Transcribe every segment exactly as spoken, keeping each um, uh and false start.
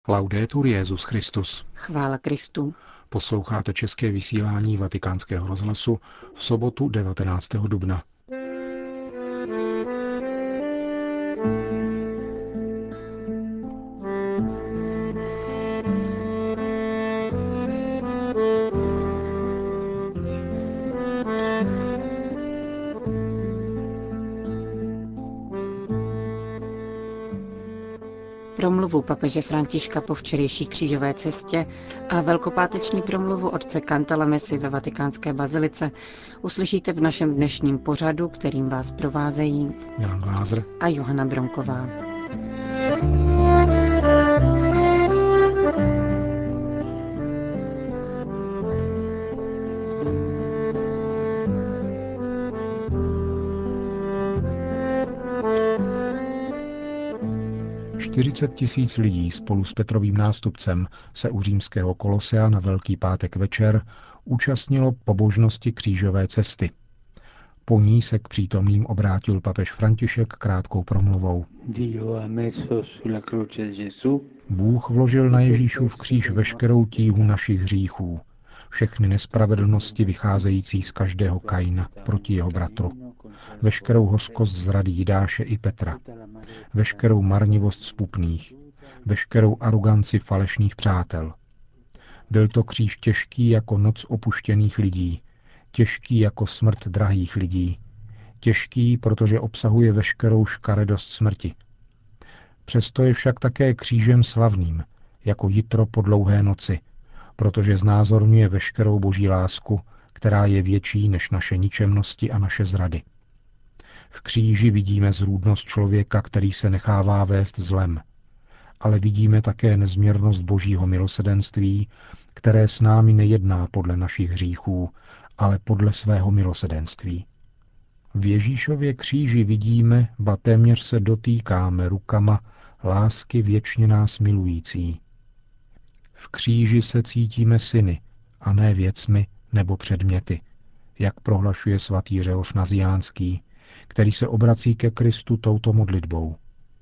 Laudetur Jesus Christus. Chvála Kristu. Posloucháte české vysílání Vatikánského rozhlasu v sobotu devatenáctého dubna. Promluvu papeže Františka po včerejší křížové cestě a velkopáteční promluvu otce Cantalamessy ve vatikánské bazilice uslyšíte v našem dnešním pořadu, kterým vás provázejí Milan Glázer a Johana Bronková. čtyřicet tisíc lidí spolu s Petrovým nástupcem se u římského Kolosea na Velký pátek večer účastnilo pobožnosti křížové cesty. Po ní se k přítomným obrátil papež František krátkou promluvou. Bůh vložil na Ježíšův kříž veškerou tíhu našich hříchů, všechny nespravedlnosti vycházející z každého Kaina proti jeho bratru, veškerou hořkost zrady Jidáše i Petra, veškerou marnivost zpupných, veškerou aroganci falešných přátel. Byl to kříž těžký jako noc opuštěných lidí, těžký jako smrt drahých lidí, těžký, protože obsahuje veškerou škaredost smrti. Přesto je však také křížem slavným, jako jitro po dlouhé noci, protože znázorňuje veškerou boží lásku, která je větší než naše ničemnosti a naše zrady. V kříži vidíme zrůdnost člověka, který se nechává vést zlem, ale vidíme také nezměrnost božího milosedenství, které s námi nejedná podle našich hříchů, ale podle svého milosedenství. V Ježíšově kříži vidíme, ba téměř se dotýkáme rukama lásky věčně nás milující. V kříži se cítíme syny, a ne věcmi nebo předměty, jak prohlašuje svatý Řehoř Naziánský, který se obrací ke Kristu touto modlitbou.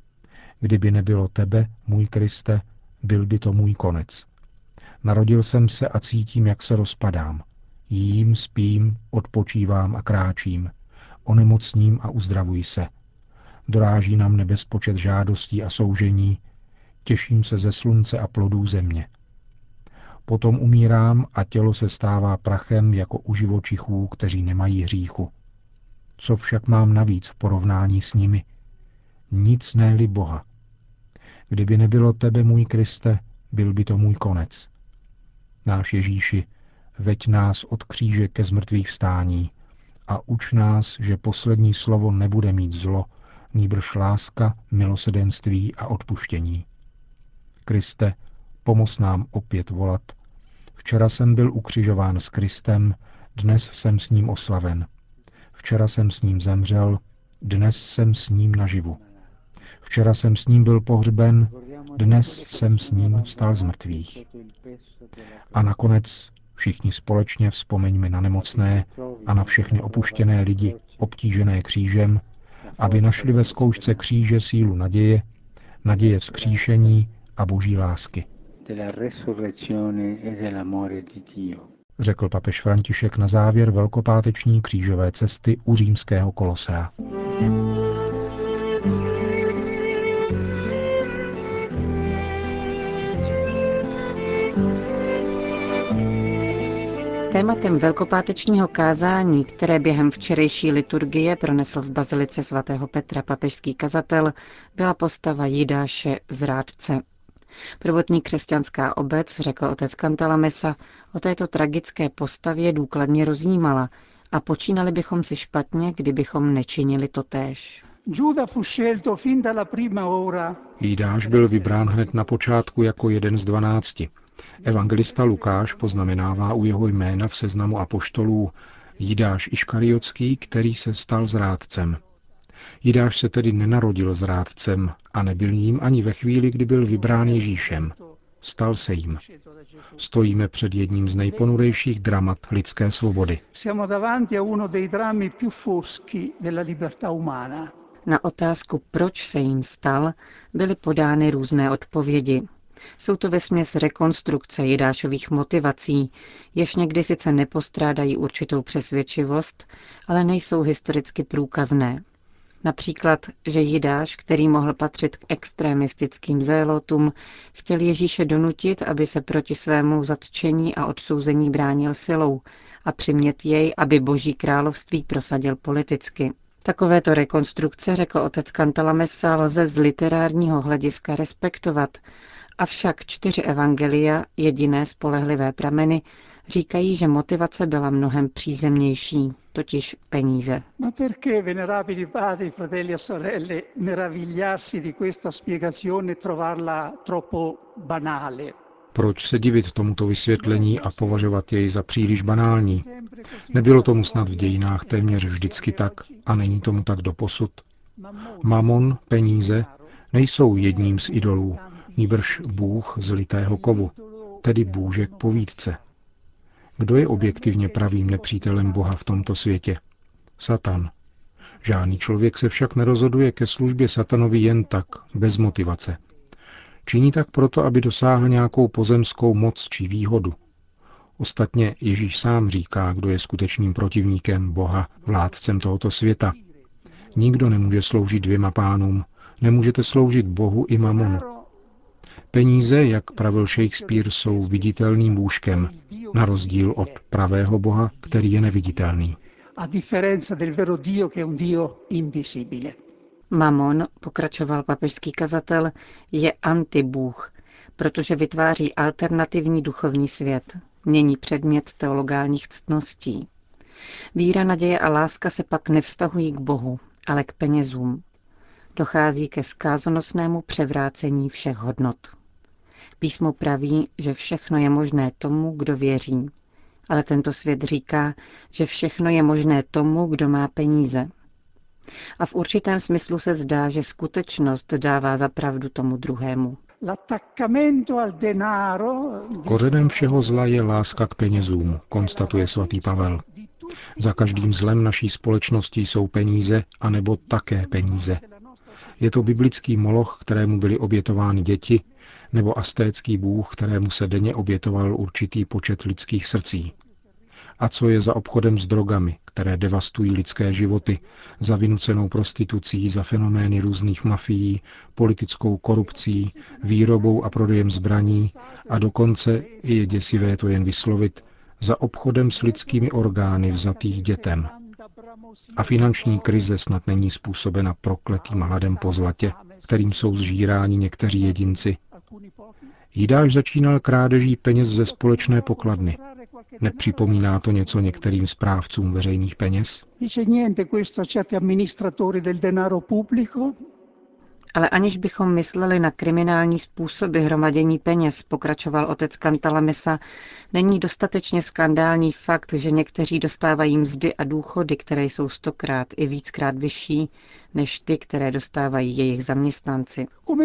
Kdyby nebylo tebe, můj Kriste, byl by to můj konec. Narodil jsem se a cítím, jak se rozpadám. Jím, spím, odpočívám a kráčím. Onemocním a uzdravuji se. Doráží nám nebezpočet žádostí a soužení. Těším se ze slunce a plodů země. Potom umírám a tělo se stává prachem jako u živočichů, kteří nemají hříchu. Co však mám navíc v porovnání s nimi? Nic ne-li Boha. Kdyby nebylo tebe, můj Kriste, byl by to můj konec. Náš Ježíši, veď nás od kříže ke zmrtvýchvstání a uč nás, že poslední slovo nebude mít zlo, nýbrž láska, milosedenství a odpuštění. Kriste, pomoz nám opět volat. Včera jsem byl ukřižován s Kristem, dnes jsem s ním oslaven. Včera jsem s ním zemřel, dnes jsem s ním naživu. Včera jsem s ním byl pohřben, dnes jsem s ním vstal z mrtvých. A nakonec všichni společně vzpomeňme na nemocné a na všechny opuštěné lidi, obtížené křížem, aby našli ve zkoušce kříže sílu naděje, naděje vzkříšení a boží lásky. Řekl papež František na závěr velkopáteční křížové cesty u římského Kolosea. Tématem velkopátečního kázání, které během včerejší liturgie pronesl v bazilice svatého Petra papežský kazatel, byla postava Jidáše zrádce. Prvotní křesťanská obec, řekl otec Cantalamessa, o této tragické postavě důkladně rozjímala a počínali bychom si špatně, kdybychom nečinili totéž. Jidáš byl vybrán hned na počátku jako jeden z dvanácti. Evangelista Lukáš poznamenává u jeho jména v seznamu apoštolů Jidáš Iškariotský, který se stal zrádcem. Jidáš se tedy nenarodil zrádcem a nebyl jím ani ve chvíli, kdy byl vybrán Ježíšem. Stal se jím. Stojíme před jedním z nejponurejších dramat lidské svobody. Na otázku, proč se jím stal, byly podány různé odpovědi. Jsou to vesměs rekonstrukce Jidášových motivací, jež někdy sice nepostrádají určitou přesvědčivost, ale nejsou historicky průkazné. Například, že Jidáš, který mohl patřit k extremistickým zélotům, chtěl Ježíše donutit, aby se proti svému zatčení a odsouzení bránil silou a přimět jej, aby Boží království prosadil politicky. Takovéto rekonstrukce, řekl otec Cantalamessa, lze z literárního hlediska respektovat, avšak čtyři evangelia, jediné spolehlivé prameny, říkají, že motivace byla mnohem přízemnější, totiž peníze. Proč se divit tomuto vysvětlení a považovat jej za příliš banální? Nebylo tomu snad v dějinách téměř vždycky tak a není tomu tak doposud? Mamon, peníze, nejsou jedním z idolů, nýbrž bůh z litého kovu, tedy bůžek povídce. Kdo je objektivně pravým nepřítelem Boha v tomto světě? Satan. Žádný člověk se však nerozhoduje ke službě satanovi jen tak, bez motivace. Činí tak proto, aby dosáhl nějakou pozemskou moc či výhodu. Ostatně Ježíš sám říká, kdo je skutečným protivníkem Boha, vládcem tohoto světa. Nikdo nemůže sloužit dvěma pánům, nemůžete sloužit Bohu i mamonu. Peníze, jak pravil Shakespeare, jsou viditelným bůžkem, na rozdíl od pravého Boha, který je neviditelný. Mamon, pokračoval papežský kazatel, je antibůh, protože vytváří alternativní duchovní svět, mění předmět teologálních ctností. Víra, naděje a láska se pak nevztahují k Bohu, ale k penězům. Dochází ke zkázonosnému převrácení všech hodnot. Písmo praví, že všechno je možné tomu, kdo věří. Ale tento svět říká, že všechno je možné tomu, kdo má peníze. A v určitém smyslu se zdá, že skutečnost dává za pravdu tomu druhému. Kořenem všeho zla je láska k penězům, konstatuje svatý Pavel. Za každým zlem naší společnosti jsou peníze, anebo také peníze. Je to biblický moloch, kterému byly obětovány děti, nebo astécký bůh, kterému se denně obětoval určitý počet lidských srdcí. A co je za obchodem s drogami, které devastují lidské životy, za vynucenou prostitucí, za fenomény různých mafií, politickou korupcí, výrobou a prodejem zbraní a dokonce, je děsivé to jen vyslovit, za obchodem s lidskými orgány vzatých dětem. A finanční krize snad není způsobena prokletým hladem po zlatě, kterým jsou zžíráni někteří jedinci. Jidáš začínal krádeží peněz ze společné pokladny. Nepřipomíná to něco některým správcům veřejných peněz? Ale aniž bychom mysleli na kriminální způsoby hromadění peněz, pokračoval otec Cantalamessa, není dostatečně skandální fakt, že někteří dostávají mzdy a důchody, které jsou stokrát i víckrát vyšší, než ty, které dostávají jejich zaměstnanci.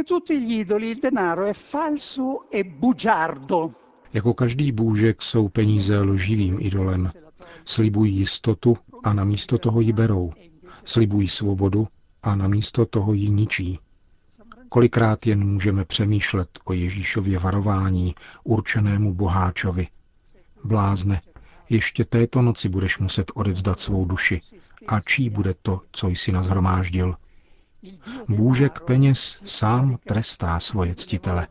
Jako každý bůžek jsou peníze lživým idolem. Slibují jistotu a namísto toho ji berou. Slibují svobodu a namísto toho ji ničí. Kolikrát jen můžeme přemýšlet o Ježíšově varování určenému boháčovi. Blázne, ještě této noci budeš muset odevzdat svou duši. A čí bude to, co jsi nazhromáždil? Bůžek peněz sám trestá svoje ctitele.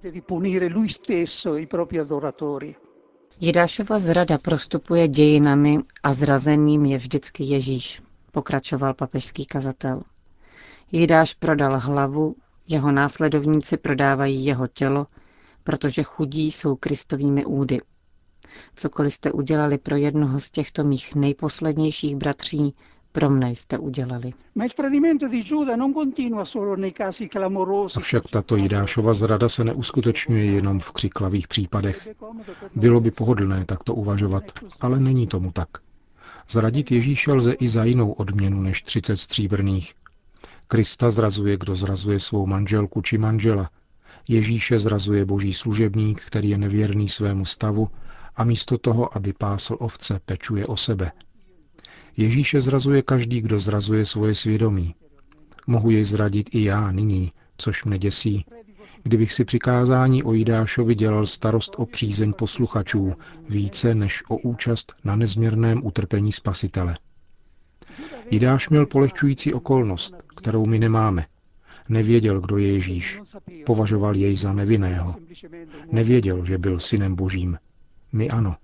Jidášova zrada prostupuje dějinami a zrazeným je vždycky Ježíš, pokračoval papežský kazatel. Jidáš prodal hlavu, jeho následovníci prodávají jeho tělo, protože chudí jsou Kristovými údy. Cokoliv jste udělali pro jednoho z těchto mých nejposlednějších bratří, pro mne jste udělali. Avšak tato Jidášova zrada se neuskutečňuje jenom v křiklavých případech. Bylo by pohodlné takto uvažovat, ale není tomu tak. Zradit Ježíše lze i za jinou odměnu než třicet stříbrných. Krista zrazuje, kdo zrazuje svou manželku či manžela. Ježíše zrazuje boží služebník, který je nevěrný svému stavu a místo toho, aby pásl ovce, pečuje o sebe. Ježíše zrazuje každý, kdo zrazuje svoje svědomí. Mohu jej zradit i já nyní, což mne děsí. kdybych si při kázání o Jidášovi dělal starost o přízeň posluchačů více než o účast na nezměrném utrpení Spasitele. Jidáš měl polehčující okolnost, kterou my nemáme. Nevěděl, kdo je Ježíš. Považoval jej za nevinného. Nevěděl, že byl synem Božím. My ano.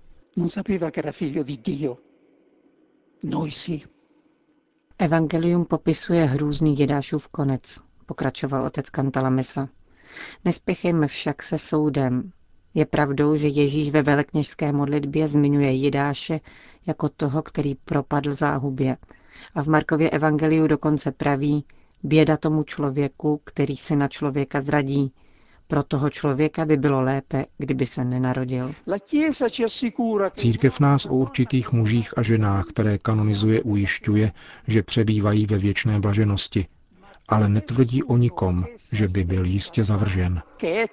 Evangelium popisuje hrůzný Jidášův konec, pokračoval otec Cantalamessa. Nespěchejme však se soudem. Je pravdou, že Ježíš ve velekněžské modlitbě zmiňuje Jidáše jako toho, který propadl záhubě. A v Markově evangeliu dokonce praví, běda tomu člověku, který se na člověka zradí. Pro toho člověka by bylo lépe, kdyby se nenarodil. Církev nás o určitých mužích a ženách, které kanonizuje, ujišťuje, že přebývají ve věčné blaženosti, ale netvrdí o nikom, že by byl jistě zavržen.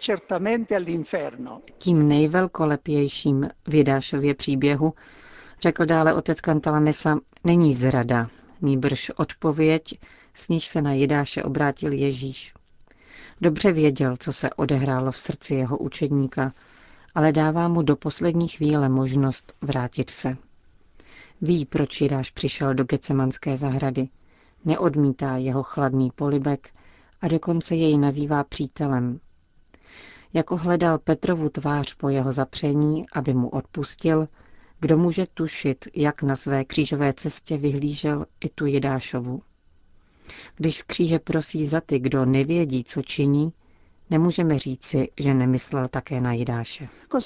Tím nejvelkolepějším v Jidášově příběhu, řekl dále otec Cantalamessa, není zrada, nýbrž odpověď, s níž se na Jidáše obrátil Ježíš. Dobře věděl, co se odehrálo v srdci jeho učedníka, ale dává mu do poslední chvíle možnost vrátit se. Ví, proč Jidáš přišel do Getsemanské zahrady. Neodmítá jeho chladný polibek a dokonce jej nazývá přítelem. Jako hledal Petrovu tvář po jeho zapření, aby mu odpustil, kdo může tušit, jak na své křížové cestě vyhlížel i tu Jidášovu. Když z kříže prosí za ty, kdo nevědí, co činí, nemůžeme říci, že nemyslel také na Jidáše.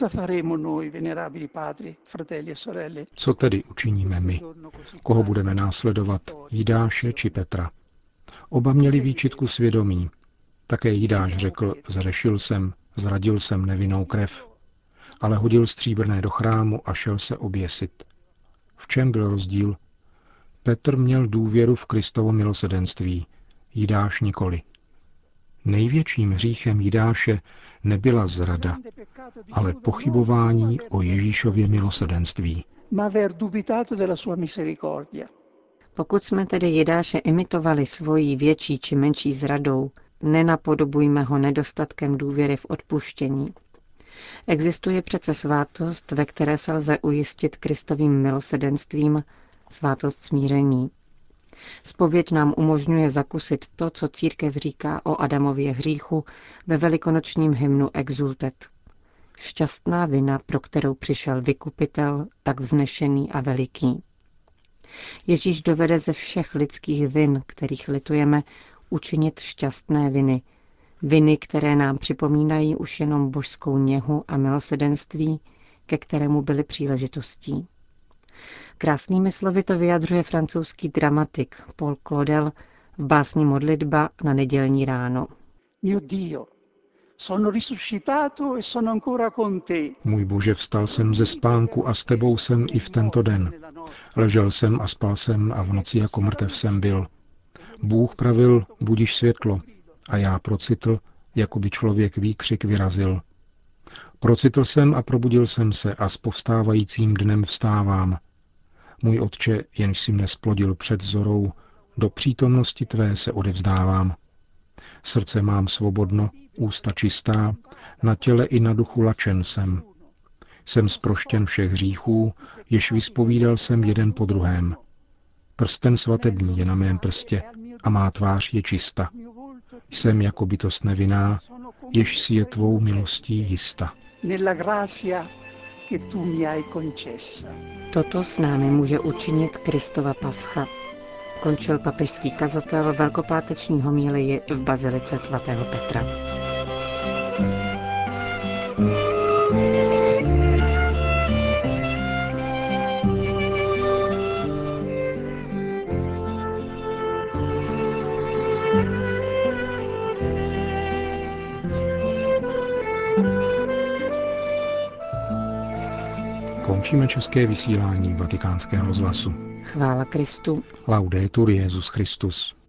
Co tedy učiníme my? Koho budeme následovat, Jidáše či Petra? Oba měli výčitku svědomí. Také Jidáš řekl, zřešil jsem, zradil jsem nevinnou krev. Ale hodil stříbrné do chrámu a šel se oběsit. V čem byl rozdíl? Petr měl důvěru v Kristovo milosedenství, Jidáš nikoli. Největším hříchem Jidáše nebyla zrada, ale pochybování o Ježíšově milosedenství. Pokud jsme tedy Jidáše imitovali svojí větší či menší zradou, nenapodobujme ho nedostatkem důvěry v odpuštění. Existuje přece svátost, ve které se lze ujistit Kristovým milosedenstvím, svátost smíření. Zpověď nám umožňuje zakusit to, co církev říká o Adamově hříchu ve velikonočním hymnu Exultet. Šťastná vina, pro kterou přišel vykupitel, tak vznešený a veliký. Ježíš dovede ze všech lidských vin, kterých litujeme, učinit šťastné viny. Viny, které nám připomínají už jenom božskou něhu a milosedenství, ke kterému byly příležitostí. Krásnými slovy to vyjadřuje francouzský dramatik Paul Claudel v básni Modlitba na nedělní ráno. Můj Bože, vstal jsem ze spánku a s tebou jsem i v tento den. Ležel jsem a spal jsem a v noci jako mrtev jsem byl. Bůh pravil, budiš světlo, a já procitl, jako by člověk výkřik vyrazil. Procitl jsem a probudil jsem se a s povstávajícím dnem vstávám. Můj Otče, jenž si mne splodil před zorou, do přítomnosti tvé se odevzdávám. Srdce mám svobodno, ústa čistá, na těle i na duchu lačen jsem. Jsem zproštěn všech hříchů, jež vyspovídal jsem jeden po druhém. Prsten svatební je na mém prstě a má tvář je čista. Jsem jako bytost nevinná, jež si je tvou milostí jista. Toto s námi může učinit Kristova pascha. Končil papežský kazatel velkopáteční homílii v bazilice svatého Petra. Končíme české vysílání Vatikánského rozhlasu. Chvála Kristu. Laudetur Jesus Christus.